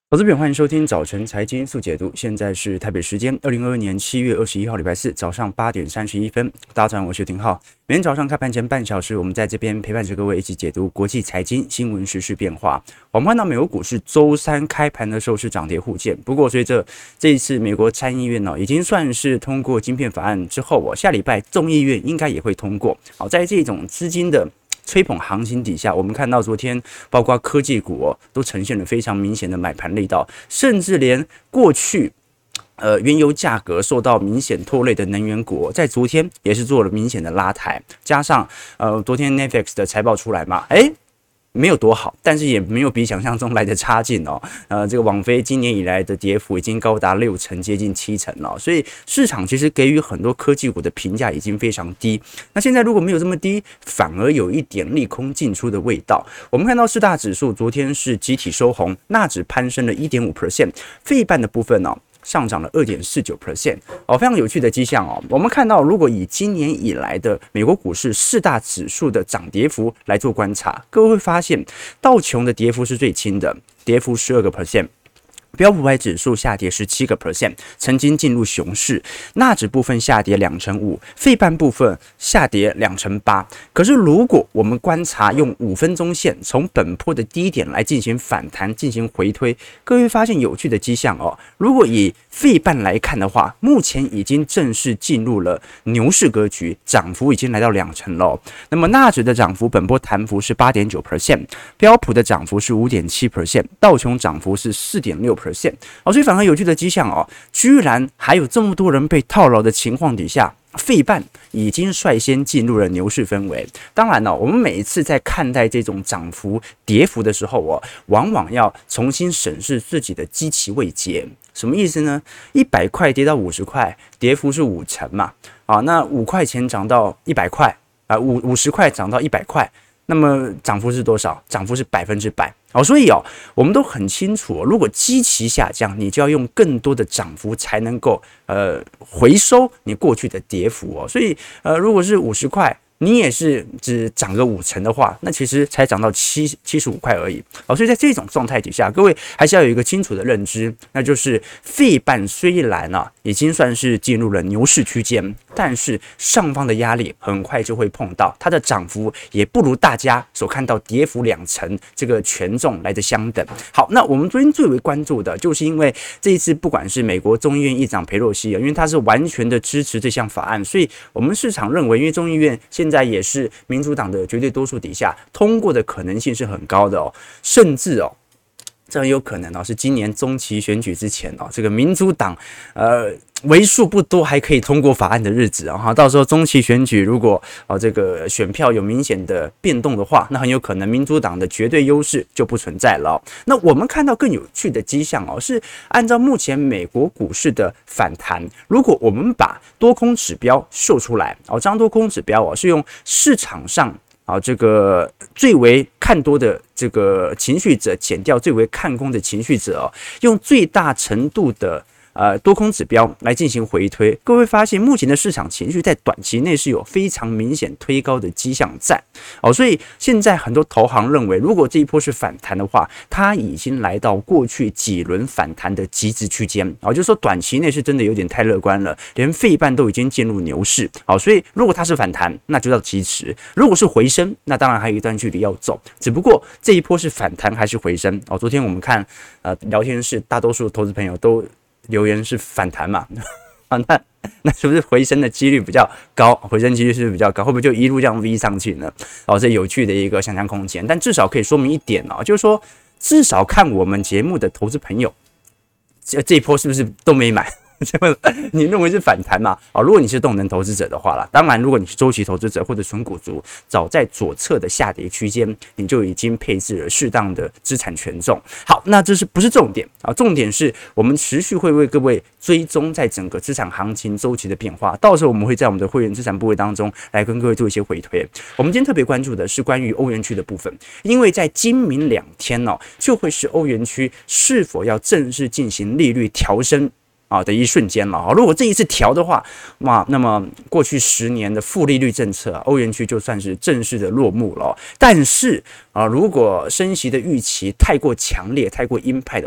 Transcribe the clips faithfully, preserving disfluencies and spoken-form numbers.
投资朋欢迎收听早晨财经速解读。现在是台北时间二零二二年七月二十一号礼拜四早上八点三十一分。大家早上好，我是廷浩。每天早上开盘前半小时，我们在这边陪伴着各位一起解读国际财经新闻时事变化。我们看到美国股市周三开盘的时候是涨跌互见，不过随着这一次美国参议院呢、哦、已经算是通过晶片法案之后，哦，下礼拜众议院应该也会通过。好，在这种资金的吹捧行情底下，我们看到昨天包括科技股哦，都呈现了非常明显的买盘力道，甚至连过去呃原油价格受到明显拖累的能源股，在昨天也是做了明显的拉抬，加上呃昨天 Netflix 的财报出来嘛，哎。没有多好，但是也没有比想象中来的差劲哦。呃，这个网飞今年以来的跌幅已经高达六成，接近七成了，所以市场其实给予很多科技股的评价已经非常低。那现在如果没有这么低，反而有一点利空进出的味道。我们看到四大指数昨天是集体收红，纳指攀升了 百分之一点五， 费半的部分呢、哦。上涨了 百分之二点四九 哦，非常有趣的迹象哦。我们看到，如果以今年以来的美国股市四大指数的涨跌幅来做观察，各位会发现道琼的跌幅是最轻的，跌幅 百分之十二。标普五百指数下跌 百分之十七， 曾经进入熊市，纳指部分下跌 两成五， 费半部分下跌 两成八。可是如果我们观察用五分钟线从本波的低点来进行反弹进行回推，各位发现有趣的迹象哦。如果以费半来看的话，目前已经正式进入了牛市格局，涨幅已经来到两成了。那么纳指的涨幅本波弹幅是 百分之八点九， 标普的涨幅是 百分之五点七， 道琼涨幅是 百分之四点六。哦，所以反而有趣的迹象哦，居然还有这么多人被套牢的情况底下，费半已经率先进入了牛市氛围。当然了、哦，我们每一次在看待这种涨幅、跌幅的时候哦，往往要重新审视自己的基期位阶。什么意思呢？一百块跌到五十块，跌幅是五成嘛？啊，那五块钱涨到一百块啊，五五十块涨到一百块。那么涨幅是多少？涨幅是百分之百。好，所以哦，我们都很清楚、哦，如果基期下降，你就要用更多的涨幅才能够呃回收你过去的跌幅哦。所以呃，如果是五十块。你也是只涨个五成的话，那其实才涨到七七十五块而已。好，所以在这种状态底下，各位还是要有一个清楚的认知，那就是费半虽然啊已经算是进入了牛市区间，但是上方的压力很快就会碰到，它的涨幅也不如大家所看到跌幅两成这个权重来的相等。好，那我们昨天最为关注的就是因为这一次不管是美国众议院议长裴洛西，因为他是完全的支持这项法案，所以我们市场认为，因为众议院现在也是民主党的绝对多数底下，通过的可能性是很高的哦，甚至哦。这很有可能哦，是今年中期选举之前哦，这个民主党呃为数不多还可以通过法案的日子啊、哦，到时候中期选举如果哦这个选票有明显的变动的话，那很有可能民主党的绝对优势就不存在了、哦。那我们看到更有趣的迹象哦，是按照目前美国股市的反弹，如果我们把多空指标秀出来哦，这张多空指标哦是用市场上。啊，这个最为看多的这个情绪者减掉最为看空的情绪者哦，用最大程度的呃多空指标来进行回推，各位发现目前的市场情绪在短期内是有非常明显推高的迹象在哦，所以现在很多投行认为，如果这一波是反弹的话，它已经来到过去几轮反弹的极值区间哦，就是说短期内是真的有点太乐观了，连费半都已经进入牛市哦，所以如果它是反弹，那就到极值；如果是回升，那当然还有一段距离要走。只不过这一波是反弹还是回升哦？昨天我们看呃聊天室，大多数投资朋友都留言是反弹嘛，啊，那那是不是回升的几率比较高？回升几率是不是比较高？会不会就一路这样 V 上去呢？哦，这有趣的一个想象空间。但至少可以说明一点哦，就是说，至少看我们节目的投资朋友，这这一波是不是都没买？你认为是反弹嘛？哦，如果你是动能投资者的话啦，当然，如果你是周期投资者或者纯股族，早在左侧的下跌区间，你就已经配置了适当的资产权重。好，那这是不是重点啊？重点是我们持续会为各位追踪在整个资产行情周期的变化，到时候我们会在我们的会员资产部位当中来跟各位做一些回推。我们今天特别关注的是关于欧元区的部分，因为在今明两天哦，就会是欧元区是否要正式进行利率调升啊的一瞬间了啊！如果这一次调的话，哇，那么过去十年的负利率政策啊，欧元区就算是正式的落幕了。但是啊，如果升息的预期太过强烈、太过鹰派的话，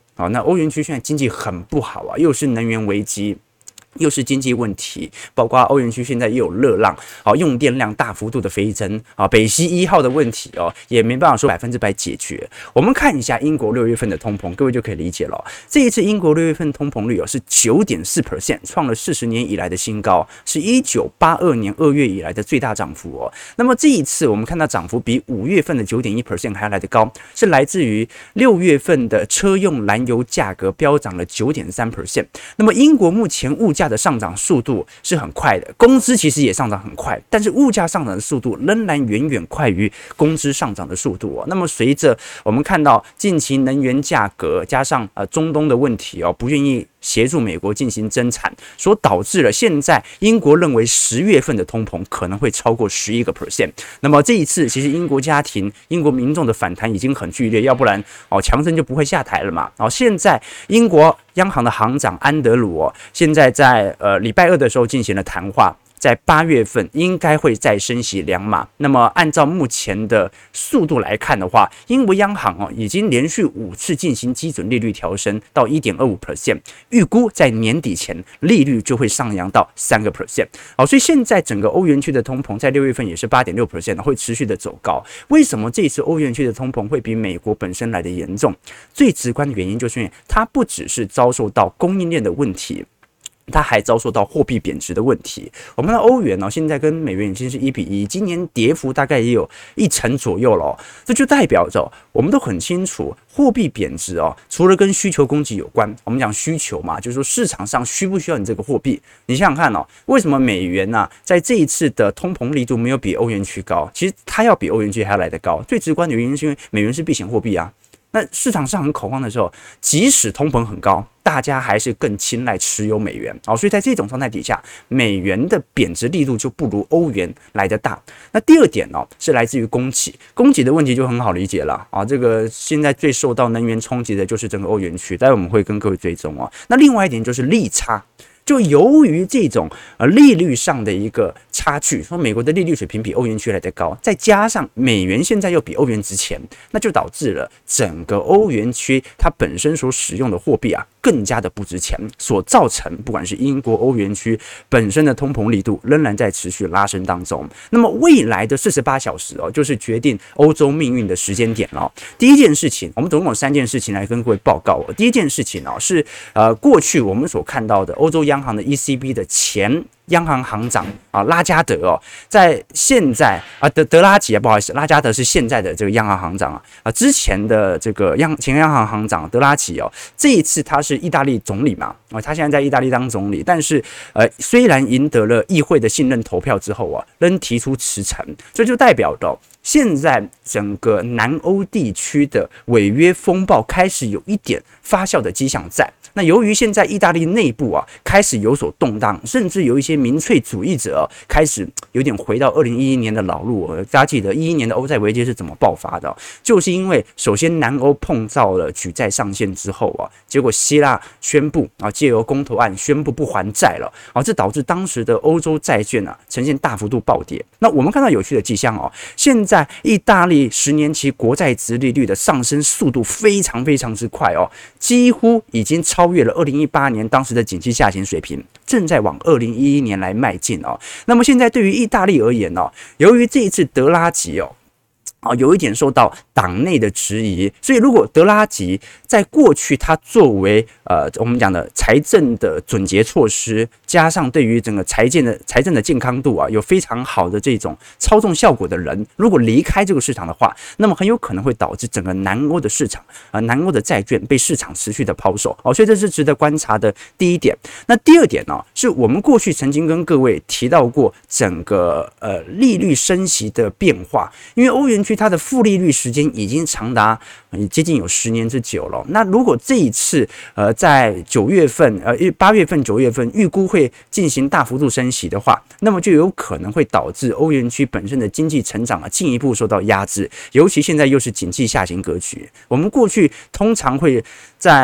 好，那欧元区现在经济很不好啊，又是能源危机。又是经济问题，包括欧元区现在又有热浪，好，用电量大幅度的飞增啊，北溪一号的问题哦，也没办法说百分之百解决。我们看一下英国六月份的通膨，各位就可以理解了。这一次英国六月份通膨率哦是 百分之九点四， 创了四十年以来的新高，是一九八二年二月以来的最大涨幅哦。那么这一次我们看到涨幅比五月份的 百分之九点一 还要来得高，是来自于六月份的车用燃油价格飙涨了 百分之九点三。那么英国目前物价的上涨速度是很快的，工资其实也上涨很快，但是物价上涨的速度仍然远远快于工资上涨的速度哦。那么随着我们看到近期能源价格加上呃中东的问题哦，不愿意协助美国进行增产，所导致了现在英国认为十月份的通膨可能会超过 百分之十一。那么这一次其实英国家庭、英国民众的反弹已经很剧烈，要不然哦强生就不会下台了嘛。哦，现在英国央行的行长安德鲁哦，现在在呃礼拜二的时候进行了谈话。在八月份应该会再升息两码。那么按照目前的速度来看的话，英国央行哦已经连续五次进行基准利率调升到 百分之一点二五， 预估在年底前利率就会上扬到 百分之三。好，所以现在整个欧元区的通膨在六月份也是 百分之八点六， 会持续的走高。为什么这次欧元区的通膨会比美国本身来的严重？最直观的原因就是因为它不只是遭受到供应链的问题，它还遭受到货币贬值的问题。我们的欧元呢、哦，现在跟美元已经是一比一，今年跌幅大概也有一成左右了、哦。这就代表着我们都很清楚，货币贬值哦，除了跟需求供给有关，我们讲需求嘛，就是说市场上需不需要你这个货币？你想想看哦，为什么美元呐、啊，在这一次的通膨力度没有比欧元区高？其实它要比欧元区还要来得高。最直观的原因是因为美元是避险货币啊。那市场上很恐慌的时候，即使通膨很高，大家还是更青睐持有美元。好，所以在这种状态底下，美元的贬值力度就不如欧元来得大。那第二点哦，是来自于供给，供给的问题就很好理解了啊。这个现在最受到能源冲击的就是整个欧元区，待会我们会跟各位追踪哦。那另外一点就是利差。就由于这种呃利率上的一个差距，说美国的利率水平比欧元区来得高，再加上美元现在又比欧元值钱，那就导致了整个欧元区它本身所使用的货币啊更加的不值钱，所造成不管是英国、欧元区本身的通膨力度仍然在持续拉升当中。那么未来的四十八小时哦，就是决定欧洲命运的时间点了、哦。第一件事情，我们总共有三件事情来跟各位报告哦。第一件事情哦是呃过去我们所看到的欧洲央行的 E C B 的前央行行长啊拉加德哦，在现在啊德德拉吉啊，不好意思，拉加德是现在的这个央行行长啊啊之前的这个央前央行行长德拉吉哦，这一次他是意大利总理嘛啊，他现在在意大利当总理，但是呃虽然赢得了议会的信任投票之后啊，仍提出辞呈，这就代表着现在整个南欧地区的违约风暴开始有一点发酵的迹象在。那由于现在意大利内部啊开始有所动荡，甚至有一些民粹主义者、啊、开始有点回到二零一一年的老路、啊。大家记得一一年的欧债危机是怎么爆发的、啊？就是因为首先南欧碰到了举债上限之后啊，结果希腊宣布啊借由公投案宣布不还债了啊，这导致当时的欧洲债券啊呈现大幅度暴跌。那我们看到有趣的迹象哦，现在意大利十年期国债殖利率的上升速度非常非常之快哦，几乎已经超。超越了二零一八年当时的景气下行水平，正在往二零一一年来迈进哦。那么现在对于意大利而言哦，由于这一次德拉吉哦。啊，有一点受到党内的质疑，所以如果德拉吉在过去他作为呃我们讲的财政的准结措施，加上对于整个财政的财政的健康度啊有非常好的这种操纵效果的人，如果离开这个市场的话，那么很有可能会导致整个南欧的市场啊、呃、南欧的债券被市场持续的抛售哦，所以这是值得观察的第一点。那第二点呢、哦，是我们过去曾经跟各位提到过整个呃利率升息的变化，因为欧元区它的负利率时间已经长达接近有十年之久了。那如果这一次呃在九月份呃八月份九月份预估会进行大幅度升息的话，那么就有可能会导致欧元区本身的经济成长啊进一步受到压制，尤其现在又是经济下行格局。我们过去通常会在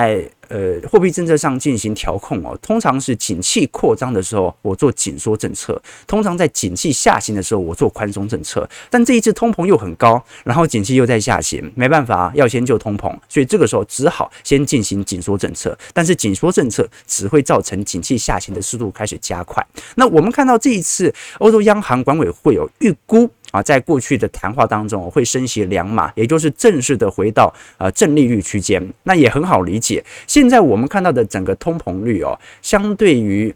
呃货币政策上进行调控哦，通常是景气扩张的时候我做紧缩政策，通常在景气下行的时候我做宽松政策。但这一次通膨又很高，然后景气又在下行，没办法，要先救通膨，所以这个时候只好先进行紧缩政策。但是紧缩政策只会造成景气下行的速度开始加快。那我们看到这一次欧洲央行管委会有预估啊，在过去的谈话当中会升息两码，也就是正式的回到呃正利率区间。那也很好理解，现在我们看到的整个通膨率哦，相对于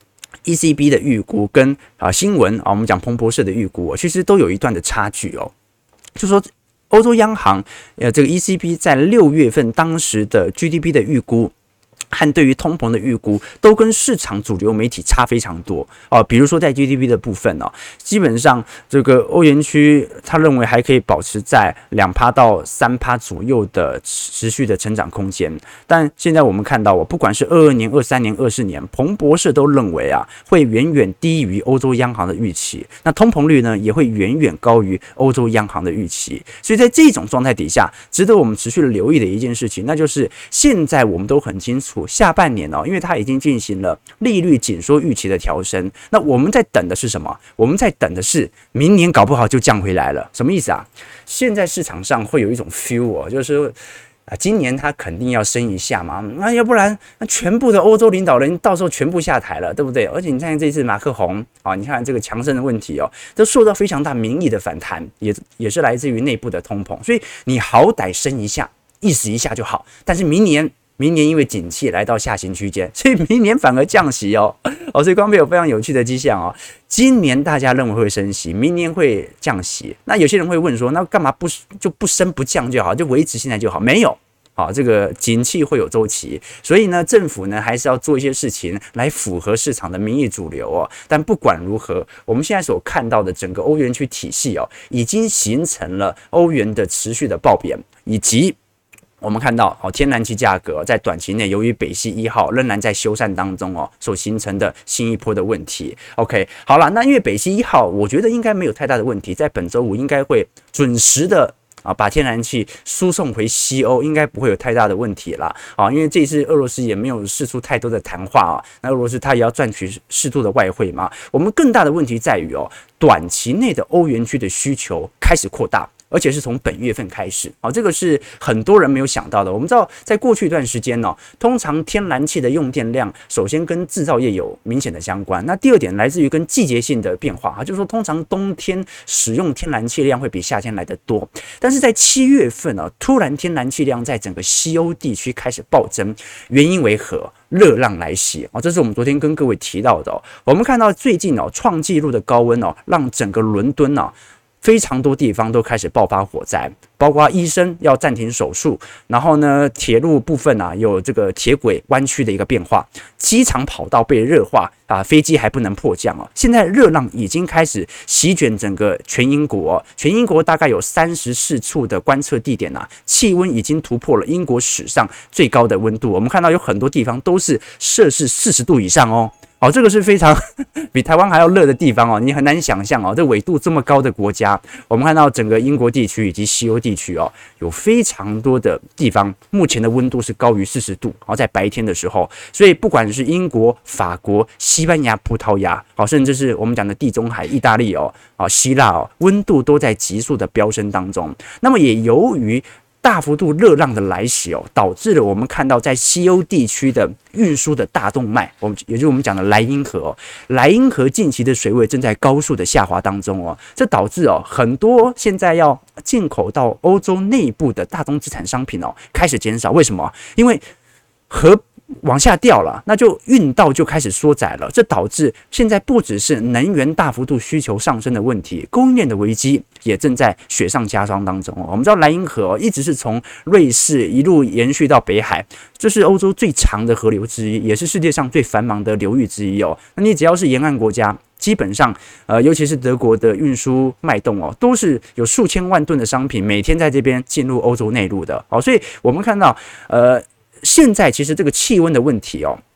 E C B 的预估跟啊新闻啊，我们讲彭博社的预估、哦，其实都有一段的差距哦。就说欧洲央行呃这个 E C B 在六月份当时的 G D P 的预估，和对于通膨的预估都跟市场主流媒体差非常多哦。比如说在 G D P 的部分哦，基本上这个欧元区他认为还可以保持在 百分之二 到 百分之三 左右的持续的成长空间。但现在我们看到哦，不管是二二年、二三年、二四年，彭博社都认为啊，会远远低于欧洲央行的预期。那通膨率呢，也会远远高于欧洲央行的预期。所以在这种状态底下，值得我们持续的留意的一件事情，那就是现在我们都很清楚，下半年哦，因为它已经进行了利率紧缩预期的调升，那我们在等的是什么？我们在等的是明年搞不好就降回来了。什么意思啊？现在市场上会有一种 feel 哦，就是啊，今年它肯定要升一下嘛，那要不然那全部的欧洲领导人到时候全部下台了，对不对？而且你看这次马克宏啊，你看这个强生的问题哦，都受到非常大民意的反弹，也也是来自于内部的通膨，所以你好歹升一下，意思一下就好，但是明年。明年因为景气来到下行区间，所以明年反而降息哦。哦，所以光培有非常有趣的迹象哦。今年大家认为会升息，明年会降息。那有些人会问说，那干嘛不就不升不降就好，就维持现在就好？没有。好，这个景气会有周期，所以呢，政府呢还是要做一些事情来符合市场的民意主流哦。但不管如何，我们现在所看到的整个欧元区体系哦，已经形成了欧元的持续的暴贬，以及我们看到哦，天然气价格在短期内由于北溪一号仍然在修缮当中哦，所形成的新一波的问题。OK， 好了，那因为北溪一号，我觉得应该没有太大的问题，在本周五应该会准时的。啊，把天然气输送回西欧，应该不会有太大的问题啦。啊，因为这次俄罗斯也没有释出太多的谈话啊，那俄罗斯它也要赚取适度的外汇嘛。我们更大的问题在于哦，短期内的欧元区的需求开始扩大。而且是从本月份开始，好，这个是很多人没有想到的。我们知道，在过去一段时间呢、哦，通常天然气的用电量首先跟制造业有明显的相关。那第二点来自于跟季节性的变化，就是说，通常冬天使用天然气量会比夏天来得多。但是在七月份呢、哦，突然天然气量在整个西欧地区开始暴增，原因为何？热浪来袭哦，这是我们昨天跟各位提到的哦。我们看到最近哦，创纪录的高温哦，让整个伦敦哦。非常多地方都开始爆发火灾，包括医生要暂停手术，然后呢，铁路部分啊有这个铁轨弯曲的一个变化，机场跑道被热化啊，飞机还不能迫降哦。现在热浪已经开始席卷整个全英国、哦，全英国大概有三十四处的观测地点啊，气温已经突破了英国史上最高的温度。我们看到有很多地方都是摄氏四十度以上哦。哦，这个是非常比台湾还要热的地方哦，你很难想象哦，这纬度这么高的国家，我们看到整个英国地区以及西欧地区哦，有非常多的地方，目前的温度是高于四十度，然后在白天的时候，所以不管是英国、法国、西班牙、葡萄牙，好，甚至是我们讲的地中海、意大利哦，啊，希腊哦，温度都在急速的飙升当中。那么也由于大幅度热浪的来袭哦，导致了我们看到在西欧地区的运输的大动脉，我们也就是我们讲的莱茵河哦，莱茵河近期的水位正在高速的下滑当中哦，这导致哦很多现在要进口到欧洲内部的大宗资产商品哦开始减少，为什么？因为河往下掉了，那就运道就开始缩窄了，这导致现在不只是能源大幅度需求上升的问题，供应链的危机也正在雪上加霜当中。我们知道莱茵河一直是从瑞士一路延续到北海，这是欧洲最长的河流之一，也是世界上最繁忙的流域之一哦。那你只要是沿岸国家，基本上，呃，尤其是德国的运输脉动哦，都是有数千万吨的商品每天在这边进入欧洲内陆的。好，所以我们看到，呃。现在其实这个气温的问题哦，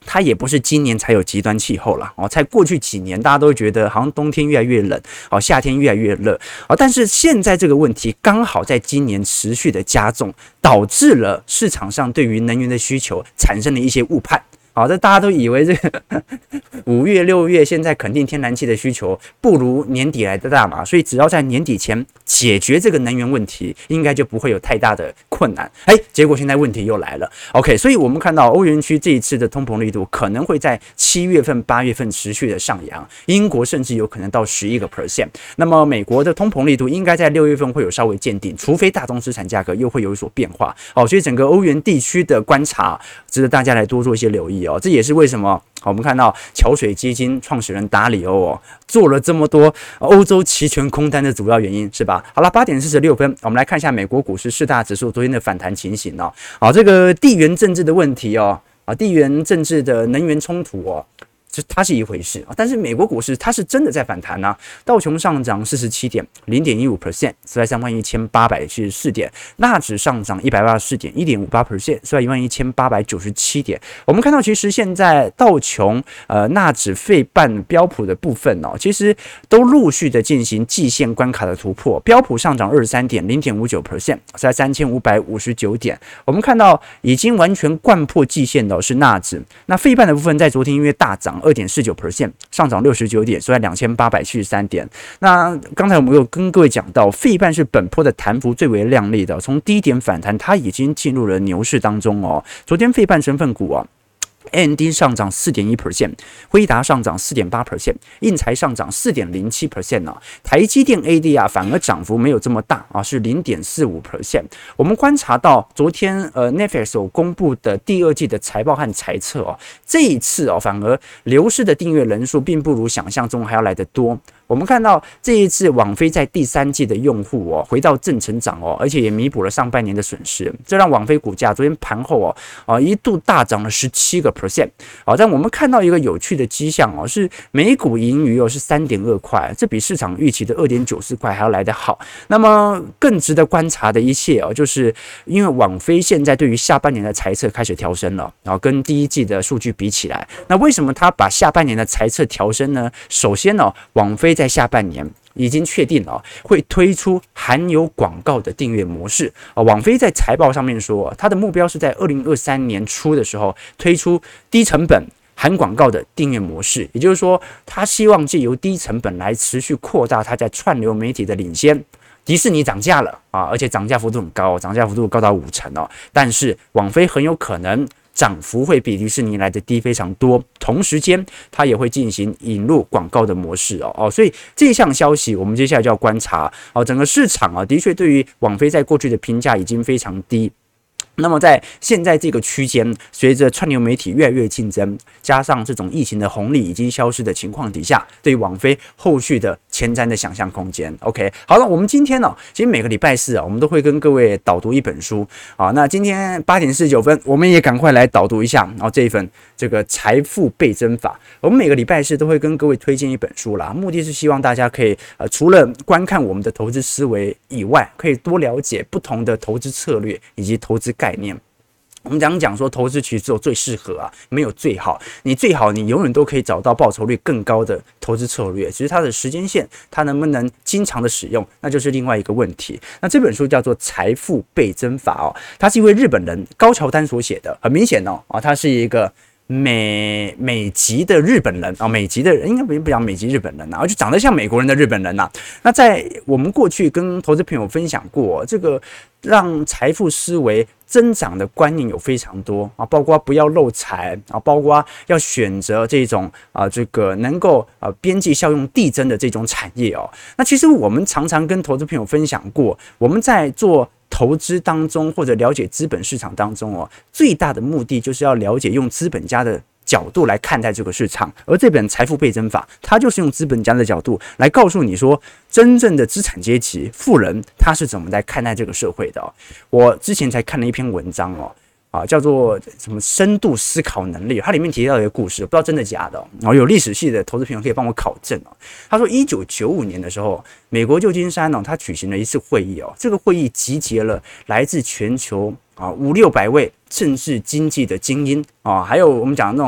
它也不是今年才有极端气候了哦，在过去几年大家都觉得好像冬天越来越冷哦，夏天越来越热哦，但是现在这个问题刚好在今年持续的加重，导致了市场上对于能源的需求产生了一些误判。好，这大家都以为这个五月、六月现在肯定天然气的需求不如年底来的大嘛，所以只要在年底前解决这个能源问题，应该就不会有太大的困难。哎，结果现在问题又来了。OK， 所以我们看到欧元区这一次的通膨力度可能会在七月份、八月份持续的上扬，英国甚至有可能到十一个 percent。那么美国的通膨力度应该在六月份会有稍微见顶，除非大宗资产价格又会有所变化。哦，所以整个欧元地区的观察值得大家来多做一些留意。哦，这也是为什么我们看到桥水基金创始人达里欧哦做了这么多欧洲期权空单的主要原因，是吧？好了，八点四十六分，我们来看一下美国股市四大指数昨天的反弹情形哦。好，这个地缘政治的问题哦，啊，地缘政治的能源冲突哦。它是一回事啊，但是美国股市它是真的在反弹啊，道琼上涨四十七点 零点一五 percent， 收在三万一千八百七十四点，纳指上涨一百八十四点 一点五八 percent， 收在一万一千八百九十七点。我们看到其实现在道琼、呃纳指、费半、标普的部分哦，其实都陆续的进行季线关卡的突破，标普上涨二十三点 零点五九 percent， 收在三千五百五十九点。我们看到已经完全贯破季线的是纳指，那费半的部分在昨天因为大涨二点四九 percent， 上涨六十九点，收在两千八百七十三点。那刚才我们有跟各位讲到，费半是本波的弹幅最为亮丽的，从低点反弹，它已经进入了牛市当中哦。昨天费半成分股啊。A M D 上涨 百分之四点一， 辉达上涨 百分之四点八， 印材上涨 百分之四点零七 啊，台积电 A D 啊反而涨幅没有这么大啊，是 百分之零点四五。我们观察到昨天呃 Netflix 所公布的第二季的财报和财测哦，这一次哦反而流失的订阅人数并不如想象中还要来得多。我们看到这一次网飞在第三季的用户哦回到正成长哦，而且也弥补了上半年的损失，这让网飞股价昨天盘后哦啊一度大涨了十七个 percent 啊。但我们看到一个有趣的迹象哦，是每股盈余哦是 三点二块，这比市场预期的 二点九四块还要来得好。那么更值得观察的一切哦，就是因为网飞现在对于下半年的财测开始调升了，然后跟第一季的数据比起来，那为什么他把下半年的财测调升呢？首先呢、哦，网飞在下半年已经确定了会推出含有广告的订阅模式啊。网飞在财报上面说，它的目标是在二零二三年初的时候推出低成本含广告的订阅模式，也就是说，他希望借由低成本来持续扩大它在串流媒体的领先。迪士尼涨价了啊，而且涨价幅度很高，涨价幅度高到五成哦。但是网飞很有可能涨幅会比迪士尼来的低非常多，同时间它也会进行引入广告的模式哦哦，所以这项消息我们接下来就要观察哦，整个市场啊的确对于网飞在过去的评价已经非常低。那么在现在这个区间，随着串流媒体越来越竞争，加上这种疫情的红利已经消失的情况底下，对于网飞后续的前瞻的想象空间 ，OK， 好了，我们今天呢、哦，其实每个礼拜四啊，我们都会跟各位导读一本书啊。那今天八点四十九分，我们也赶快来导读一下啊这一份这个财富倍增法。我们每个礼拜四都会跟各位推荐一本书啦，目的是希望大家可以呃除了观看我们的投资思维以外，可以多了解不同的投资策略以及投资概念。我们讲讲说，投资其实只有最适合啊，没有最好。你最好，你永远都可以找到报酬率更高的投资策略。其实它的时间线，它能不能经常的使用，那就是另外一个问题。那这本书叫做《财富倍增法》哦，它是一位日本人高桥丹所写的。很明显哦，啊，他是一个美美籍的日本人啊，美籍的人应该不讲美籍日本人啊，就长得像美国人的日本人呐、啊。那在我们过去跟投资朋友分享过，这个让财富思维增长的观念有非常多啊，包括不要漏财啊，包括要选择这种啊这个能够啊边际效用递增的这种产业哦。那其实我们常常跟投资朋友分享过，我们在做投资当中或者了解资本市场当中哦，最大的目的就是要了解用资本家的角度来看待这个市场，而这本《财富倍增法》它就是用资本家的角度来告诉你说，真正的资产阶级富人他是怎么来看待这个社会的、哦。我之前才看了一篇文章哦，啊，叫做什么深度思考能力，它里面提到一个故事，不知道真的假的、哦，然后有历史系的投资朋友可以帮我考证哦。他说，一九九五年的时候，美国旧金山哦，他举行了一次会议哦，这个会议集结了来自全球啊五六百位政治经济的精英啊，还有我们讲的那种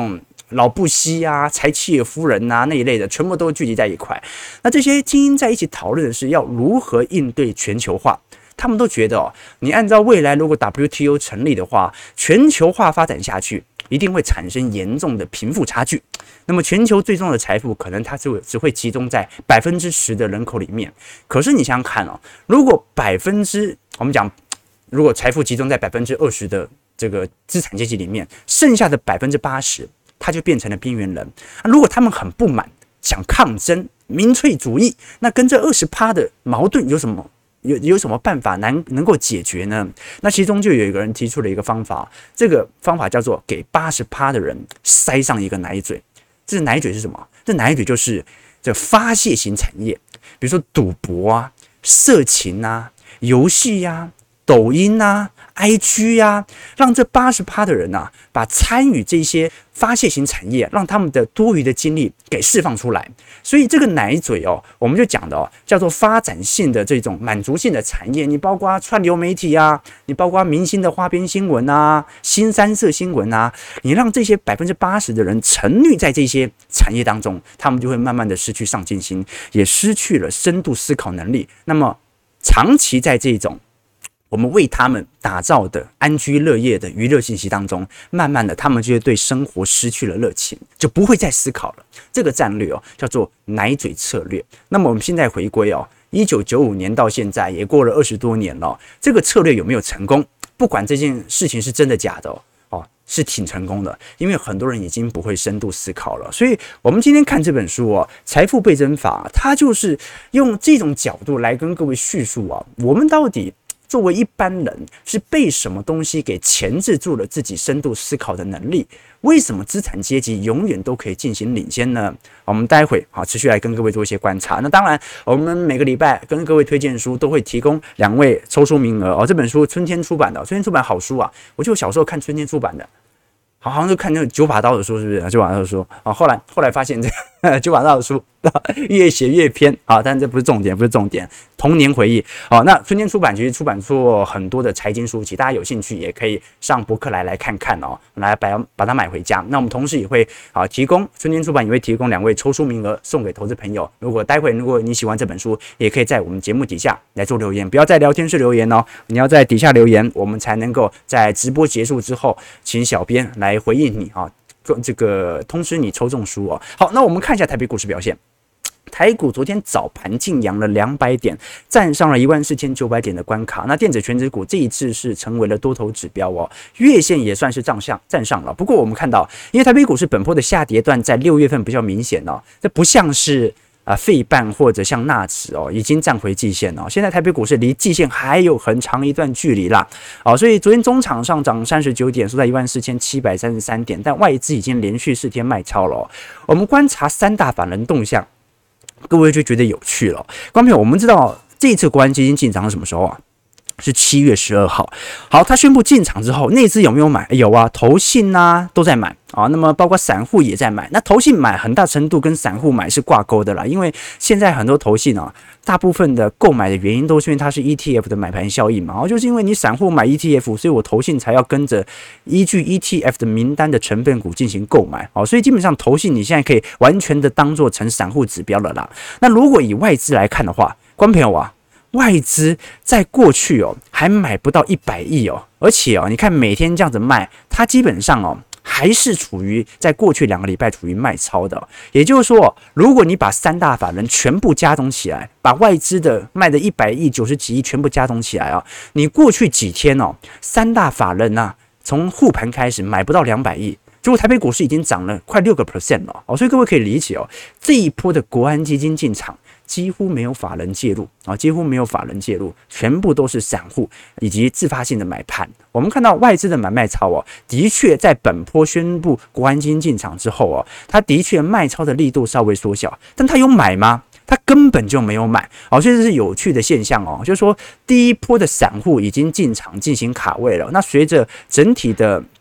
老布希啊、柴契尔夫人啊那一类的，全部都聚集在一块。那这些精英在一起讨论的是要如何应对全球化。他们都觉得哦，你按照未来如果 W T O 成立的话，全球化发展下去，一定会产生严重的贫富差距。那么全球最重要的财富，可能它只只会集中在百分之十的人口里面。可是你想想看哦，如果百分之我们讲，如果财富集中在百分之二十的这个资产阶级里面，剩下的百分之八十，它就变成了边缘人。如果他们很不满，想抗争民粹主义，那跟这二十趴的矛盾有什么？有有什么办法能能够解决呢？那其中就有一个人提出了一个方法，这个方法叫做给八十趴的人塞上一个奶嘴。这奶嘴是什么？这奶嘴就是这发泄型产业，比如说赌博啊、色情啊、游戏啊、抖音啊、I G 啊，让这八十趴的人啊，把参与这些发泄型产业，让他们的多余的精力给释放出来。所以这个奶嘴哦，我们就讲的哦，叫做发展性的这种满足性的产业。你包括串流媒体啊，你包括明星的花边新闻啊、新三色新闻啊，你让这些百分之八十的人沉溺在这些产业当中，他们就会慢慢的失去上进心，也失去了深度思考能力。那么长期在这种我们为他们打造的安居乐业的娱乐信息当中，慢慢的他们就会对生活失去了热情，就不会再思考了。这个战略哦，叫做奶嘴策略。那么我们现在回归哦，一九九五年到现在也过了二十多年了，这个策略有没有成功？不管这件事情是真的假的哦，哦是挺成功的，因为很多人已经不会深度思考了。所以我们今天看这本书哦，《财富倍增法》，它就是用这种角度来跟各位叙述啊，我们到底作为一般人是被什么东西给钳制住了自己深度思考的能力？为什么资产阶级永远都可以进行领先呢？我们待会好持续来跟各位做一些观察。那当然，我们每个礼拜跟各位推荐书都会提供两位抽书名额哦。这本书春天出版的，春天出版好书啊，我就小时候看春天出版的。好像就看那个九把刀的书，是不是？九把刀的书啊，后来后来发现这个九把刀的书越写越偏啊，但这不是重点，不是重点。童年回忆哦，那春天出版其实出版出很多的财经书籍，大家有兴趣也可以上博客来来看看哦，来把把它买回家。那我们同时也会啊提供春天出版也会提供两位抽书名额送给投资朋友。如果待会如果你喜欢这本书，也可以在我们节目底下来做留言，不要在聊天室留言哦，你要在底下留言，我们才能够在直播结束之后，请小编来回应你啊，这个通知你抽中书哦。好，那我们看一下台北股市表现。台股昨天早盘净扬了两百点，站上了一万四千九百点的关卡。那电子权值股这一次是成为了多头指标哦，月线也算是站上站上了。不过我们看到，因为台北股市本波的下跌段在六月份比较明显哦，这不像是啊费半或者像纳指哦，已经站回季线哦。现在台北股市离季线还有很长一段距离啦，哦，所以昨天中场上涨三十九点，收在一万四千七百三十三点，但外资已经连续四天卖超了哦。我们观察三大法人动向，各位就觉得有趣了。观众朋友，我们知道这一次国安基金进场是什么时候啊？是七月十二号。好，他宣布进场之后，内资有没有买？有啊，投信啊都在买啊。那么包括散户也在买。那投信买很大程度跟散户买是挂钩的啦，因为现在很多投信啊，大部分的购买的原因都是因为它是 E T F 的买盘效应嘛。哦，就是因为你散户买 E T F， 所以我投信才要跟着依据 E T F 的名单的成分股进行购买。哦，所以基本上投信你现在可以完全的当做成散户指标了啦。那如果以外资来看的话，观众朋友啊，外资在过去哦还买不到一百亿哦，而且哦你看每天这样子卖，它基本上哦还是处于在过去两个礼拜处于卖超的哦。也就是说，如果你把三大法人全部加总起来，把外资的卖的一百亿、九十几亿全部加总起来啊，你过去几天哦三大法人啊从护盘开始买不到两百亿。结果台北股市已经涨了快六个 percent 了哦，所以各位可以理解哦，这一波的国安基金进场几乎没有法人介入啊，几乎没有法人介入，全部都是散户以及自发性的买盘。我们看到外资的买卖超哦，的确在本波宣布国安基金进场之后哦，它的确卖超的力度稍微缩小，但它有买吗？他根本就没有买哦，所以这是有趣的现象哦，就是说第一波的散户已经进场进行卡位了，那随着整体的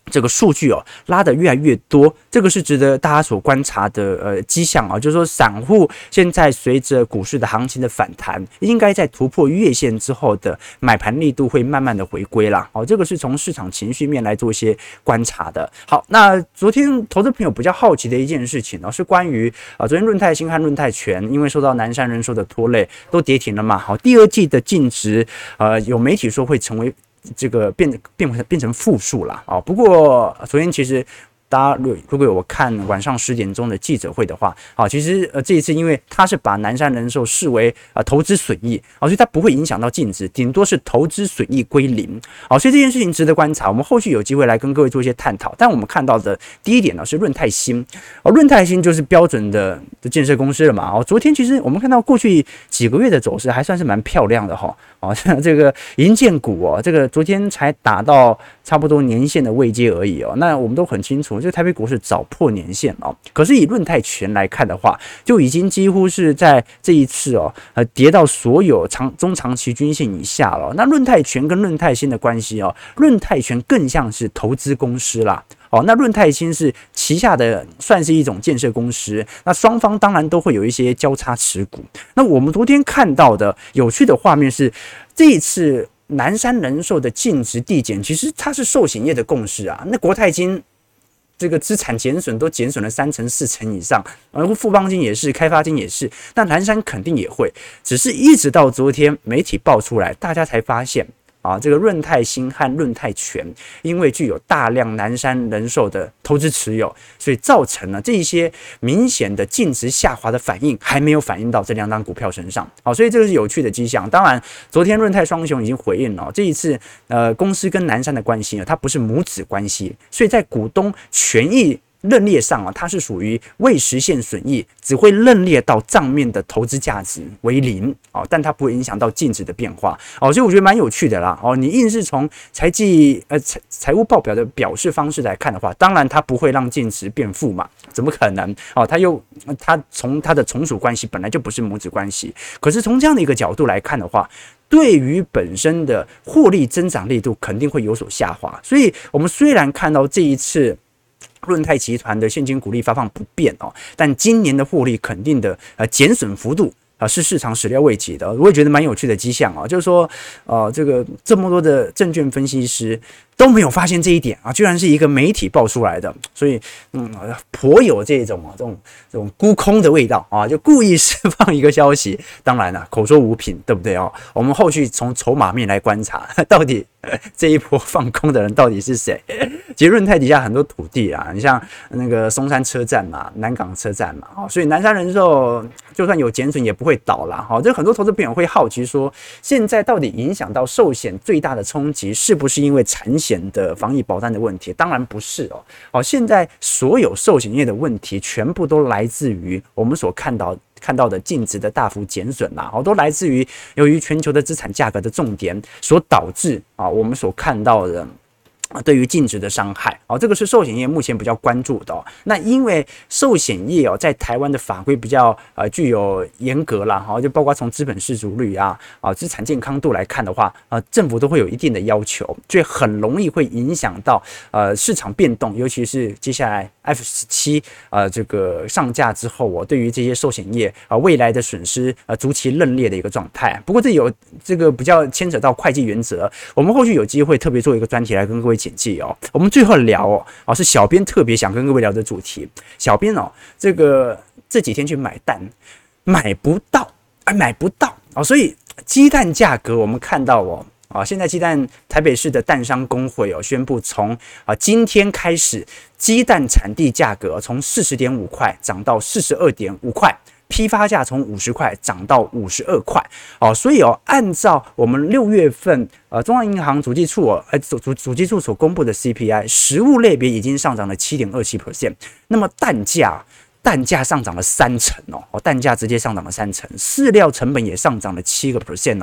这个数据哦拉得越来越多，这个是值得大家所观察的呃迹象啊，就是说散户现在随着股市的行情的反弹，应该在突破月线之后的买盘力度会慢慢的回归啦。哦，这个是从市场情绪面来做一些观察的。好，那昨天投资朋友比较好奇的一件事情呢、哦，是关于啊、呃、昨天润泰新和润泰全因为受到南山人寿的拖累都跌停了嘛。好，第二季的净值呃有媒体说会成为。这个变变变成负数了啊！不过昨天其实大家如果有我看晚上十点钟的记者会的话，啊，其实呃这一次因为他是把南山人寿视为啊投资损益啊，所以它不会影响到净值，顶多是投资损益归零啊，所以这件事情值得观察。我们后续有机会来跟各位做一些探讨。但我们看到的第一点呢是润泰新，哦，润泰新就是标准的的建设公司了嘛。哦，昨天其实我们看到过去几个月的走势还算是蛮漂亮的哈。哦，这个银建股哦，这个昨天才打到差不多年线的位阶而已哦。那我们都很清楚，这个台北股市早破年线哦。可是以润泰全来看的话，就已经几乎是在这一次哦，呃，跌到所有长中长期均线以下了。那润泰全跟润泰新的关系哦，润泰全更像是投资公司啦。哦，那润泰新是旗下的，算是一种建设公司。那双方当然都会有一些交叉持股。那我们昨天看到的有趣的画面是，这一次南山人寿的净值递减，其实它是寿险业的共识啊。那国泰金这个资产减损都减损了三成四成以上，而富邦金也是，开发金也是，那南山肯定也会。只是一直到昨天媒体爆出来，大家才发现。啊，这个润泰新和润泰全，因为具有大量南山人寿的投资持有，所以造成了这一些明显的净值下滑的反应，还没有反映到这两档股票身上。好，所以这个是有趣的迹象。当然，昨天润泰双雄已经回应了，这一次呃公司跟南山的关系呢，它不是母子关系，所以在股东权益认列上啊，它是属于未实现损益，只会认列到账面的投资价值为零哦，但它不会影响到净值的变化哦，所以我觉得蛮有趣的啦哦。你硬是从财季呃财财务报表的表示方式来看的话，当然它不会让净值变负嘛，怎么可能哦？它又它从它的从属关系本来就不是母子关系，可是从这样的一个角度来看的话，对于本身的获利增长力度肯定会有所下滑。所以我们虽然看到这一次。润泰集团的现金股利发放不变哦，但今年的获利肯定的呃减损幅度啊是市场始料未及的，我也觉得蛮有趣的迹象啊，就是说呃这个这么多的证券分析师都没有发现这一点啊，居然是一个媒体爆出来的，所以嗯颇有这种这种这种沽空的味道啊，就故意释放一个消息，当然了、啊、口说无凭，对不对哦？我们后续从筹码面来观察，到底这一波放空的人到底是谁？其实润泰底下很多土地啊，你像那个松山车站嘛、南港车站嘛，哦，所以南山人寿就算有减损也不会倒啦。好，这很多投资朋友会好奇说，现在到底影响到寿险最大的冲击，是不是因为产险的防疫保单的问题？当然不是哦。好，现在所有寿险业的问题，全部都来自于我们所看到。看到的净值的大幅减损啦，好，都来自于由于全球的资产价格的重点所导致啊，我们所看到的。对于净值的伤害，哦，这个是寿险业目前比较关注的哦。那因为寿险业哦，在台湾的法规比较呃具有严格啦，哈，就包括从资本适足率啊、啊资产健康度来看的话，呃，政府都会有一定的要求，所以很容易会影响到呃市场变动，尤其是接下来 F 十七 呃这个上架之后，我、哦、对于这些寿险业啊、呃、未来的损失呃逐其认列的一个状态。不过这有这个比较牵扯到会计原则，我们后续有机会特别做一个专题来跟各位简介哦。我们最后聊哦，哦是小编特别想跟各位聊的主题。小编哦，这个这几天去买蛋，买不到，哎，买不到哦，所以鸡蛋价格我们看到哦。啊，现在鸡蛋台北市的蛋商工会哦宣布从啊今天开始，鸡蛋产地价格从四十点五块涨到四十二点五块。批发价从五十块涨到五十二块哦，所以哦，按照我们六月份呃中央银行主计处哦，呃主主主计处所公布的 C P I， 食物类别已经上涨了 百分之七点二七， 那么蛋价蛋价上涨了三成哦，蛋价直接上涨了三成，饲料成本也上涨了七个 percent 哦。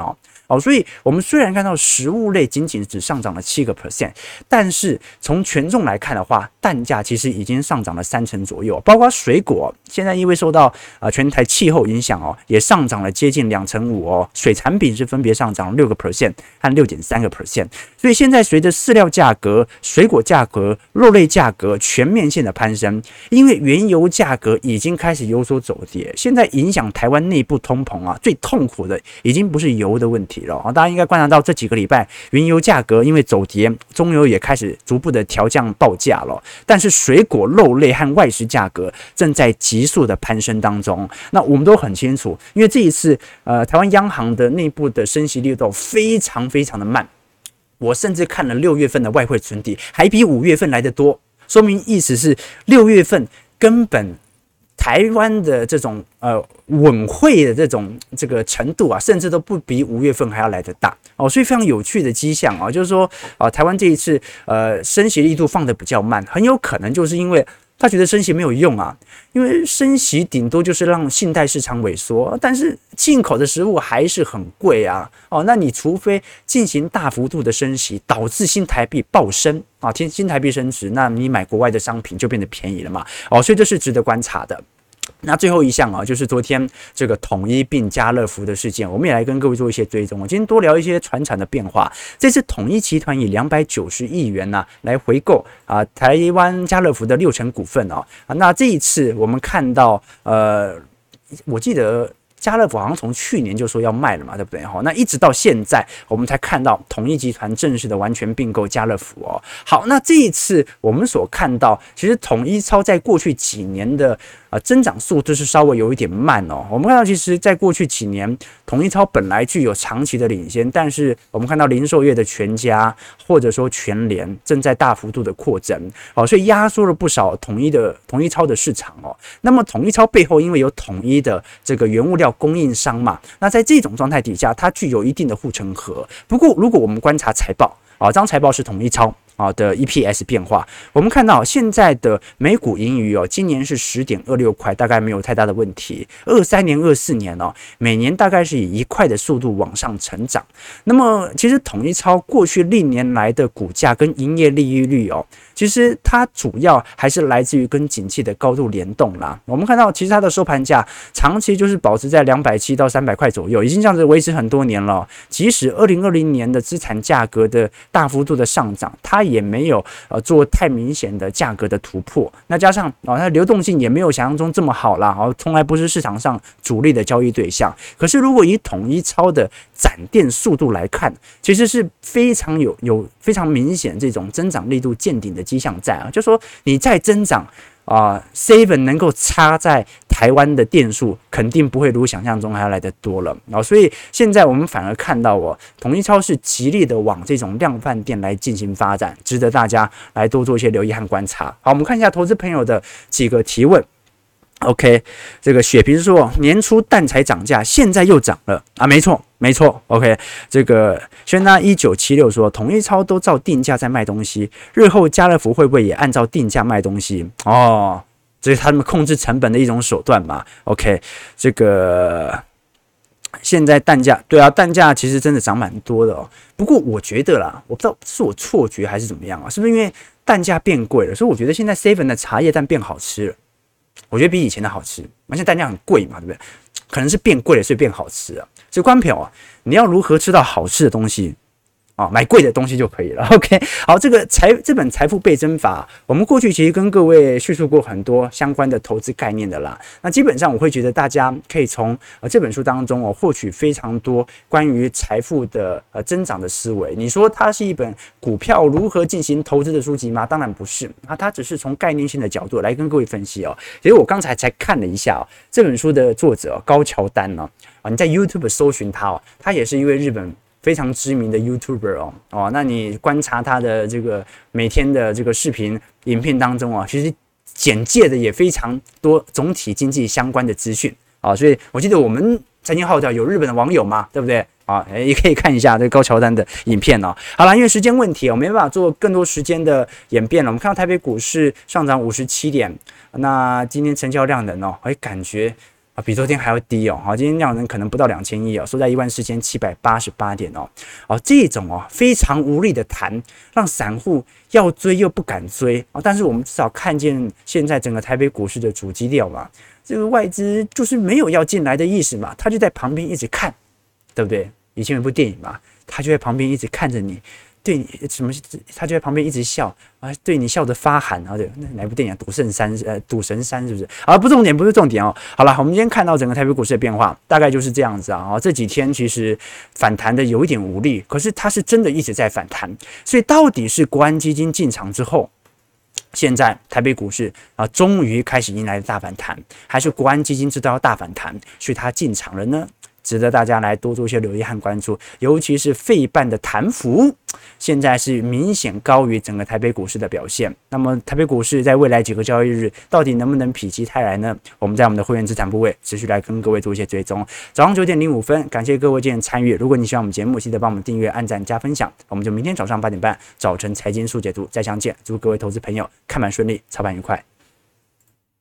哦，所以我们虽然看到食物类仅仅只上涨了七个 percent， 但是从权重来看的话，蛋价其实已经上涨了三成左右，包括水果，现在因为受到呃全台气候影响哦，也上涨了接近两成五哦。水产品是分别上涨六个 percent 和六点三个 percent， 所以现在随着饲料价格、水果价格、肉类价格全面性的攀升，因为原油价格已经开始有所走跌，现在影响台湾内部通膨啊，最痛苦的已经不是油的问题了啊！大家应该观察到这几个礼拜，原油价格因为走跌，中油也开始逐步的调降报价了。但是水果、肉类和外食价格正在急速的攀升当中。那我们都很清楚，因为这一次呃，台湾央行的内部的升息力度非常非常的慢。我甚至看了六月份的外汇存底，还比五月份来得多，说明意思是六月份根本。台湾的这种呃稳汇的这种这个程度啊，甚至都不比五月份还要来得大哦，所以非常有趣的迹象啊，就是说啊，台湾这一次呃升息力度放得比较慢，很有可能就是因为他觉得升息没有用啊，因为升息顶多就是让信贷市场萎缩，但是进口的食物还是很贵啊哦，那你除非进行大幅度的升息，导致新台币暴升啊，新台币升值，那你买国外的商品就变得便宜了嘛哦，所以这是值得观察的。那最后一项啊，就是昨天这个统一并家乐福的事件，我们也来跟各位做一些追踪。我今天多聊一些传产的变化。这次统一集团以两百九十亿元呢、啊、来回购啊台湾家乐福的六成股份哦。啊，那这一次我们看到呃，我记得。家乐福好像从去年就说要卖了嘛，对不对？那一直到现在，我们才看到统一集团正式的完全并购家乐福哦。好，那这一次我们所看到，其实统一超在过去几年的呃增长速度是稍微有一点慢哦。我们看到，其实在过去几年，统一超本来具有长期的领先，但是我们看到零售业的全家或者说全联正在大幅度的扩增哦，所以压缩了不少统一的统一超的市场哦。那么统一超背后因为有统一的这个原物料供应商嘛，那在这种状态底下，它具有一定的护城河。不过，如果我们观察财报啊，这张财报是统一超啊的 E P S 变化，我们看到现在的每股盈余哦，今年是 十点二六块，大概没有太大的问题。二三年、二四年哦，每年大概是以一块的速度往上成长。那么，其实统一超过去历年来的股价跟营业利益率哦。其实它主要还是来自于跟景气的高度联动啦。我们看到，其实它的收盘价长期就是保持在两百七到三百块左右，已经这样子维持很多年了。即使二零二零年的资产价格的大幅度的上涨，它也没有呃做太明显的价格的突破。那加上啊、哦，它的流动性也没有想象中这么好啦，哦，从来不是市场上主力的交易对象。可是如果以统一超的展店速度来看，其实是非常有有非常明显这种增长力度见顶的迹象在啊，就说你再增长啊 ，seven 能够插在台湾的店数，肯定不会如想象中还要来得多了啊，所以现在我们反而看到哦，统一超是极力的往这种量贩店来进行发展，值得大家来多做一些留意和观察。好，我们看一下投资朋友的几个提问。OK， 这个雪萍说年初蛋才涨价，现在又涨了啊，没错没错。OK， 这个轩娜一九七六说统一超都照定价在卖东西，日后家乐福会不会也按照定价卖东西？哦，这是他们控制成本的一种手段嘛。OK， 这个现在蛋价，对啊，蛋价其实真的涨蛮多的哦。不过我觉得啦，我不知道是我错觉还是怎么样啊，是不是因为蛋价变贵了，所以我觉得现在 seven 的茶叶蛋变好吃了。我觉得比以前的好吃，而且蛋价很贵嘛，对不对？可能是变贵了，所以变好吃啊。所以观众朋友啊，你要如何吃到好吃的东西啊？买贵的东西就可以了。OK， 好，这个财这本财富倍增法，我们过去其实跟各位叙述过很多相关的投资概念的啦。那基本上我会觉得大家可以从呃这本书当中哦获取非常多关于财富的呃增长的思维。你说它是一本股票如何进行投资的书籍吗？当然不是，啊，它只是从概念性的角度来跟各位分析哦。其实我刚才才看了一下哦，这本书的作者、哦、高桥丹呢、哦，啊，你在 YouTube 搜寻他哦，他也是一位日本非常知名的 YouTuber 哦哦，那你观察他的这个每天的这个视频影片当中啊，其实简介的也非常多总体经济相关的资讯啊，所以我记得我们财经号角有日本的网友嘛，对不对啊？也可以看一下这个高桥丹的影片哦。好了，因为时间问题，我没办法做更多时间的演变了。我们看到台北股市上涨五十七点，那今天成交量能哦，哎，感觉啊，比昨天还要低哦。好，今天量能可能不到两千亿哦，收在一万四千七百八十八点哦。哦，这种哦非常无力的弹，让散户要追又不敢追哦。但是我们至少看见现在整个台北股市的主基调嘛，这个外资就是没有要进来的意思嘛，他就在旁边一直看，对不对？以前有部电影嘛，他就在旁边一直看着你。对你什么？他就在旁边一直笑啊，对你笑得发寒啊！对，那哪部电影、啊？赌圣三呃，赌神三是不是？啊，不重点，不是重点哦。好了，我们今天看到整个台北股市的变化，大概就是这样子啊。这几天其实反弹的有一点无力，可是它是真的一直在反弹。所以到底是国安基金进场之后，现在台北股市啊，终于开始迎来了大反弹，还是国安基金知道要大反弹，所以他进场了呢？值得大家来多做一些留意和关注，尤其是费半的弹幅，现在是明显高于整个台北股市的表现。那么台北股市在未来几个交易日到底能不能否极泰来呢？我们在我们的会员资产部位持续来跟各位做一些追踪。早上九点零五分，感谢各位今天参与。如果你喜欢我们节目，记得帮我们订阅、按赞、加分享。我们就明天早上八点半早晨财经速解读再相见。祝各位投资朋友看盘顺利，操盘愉快。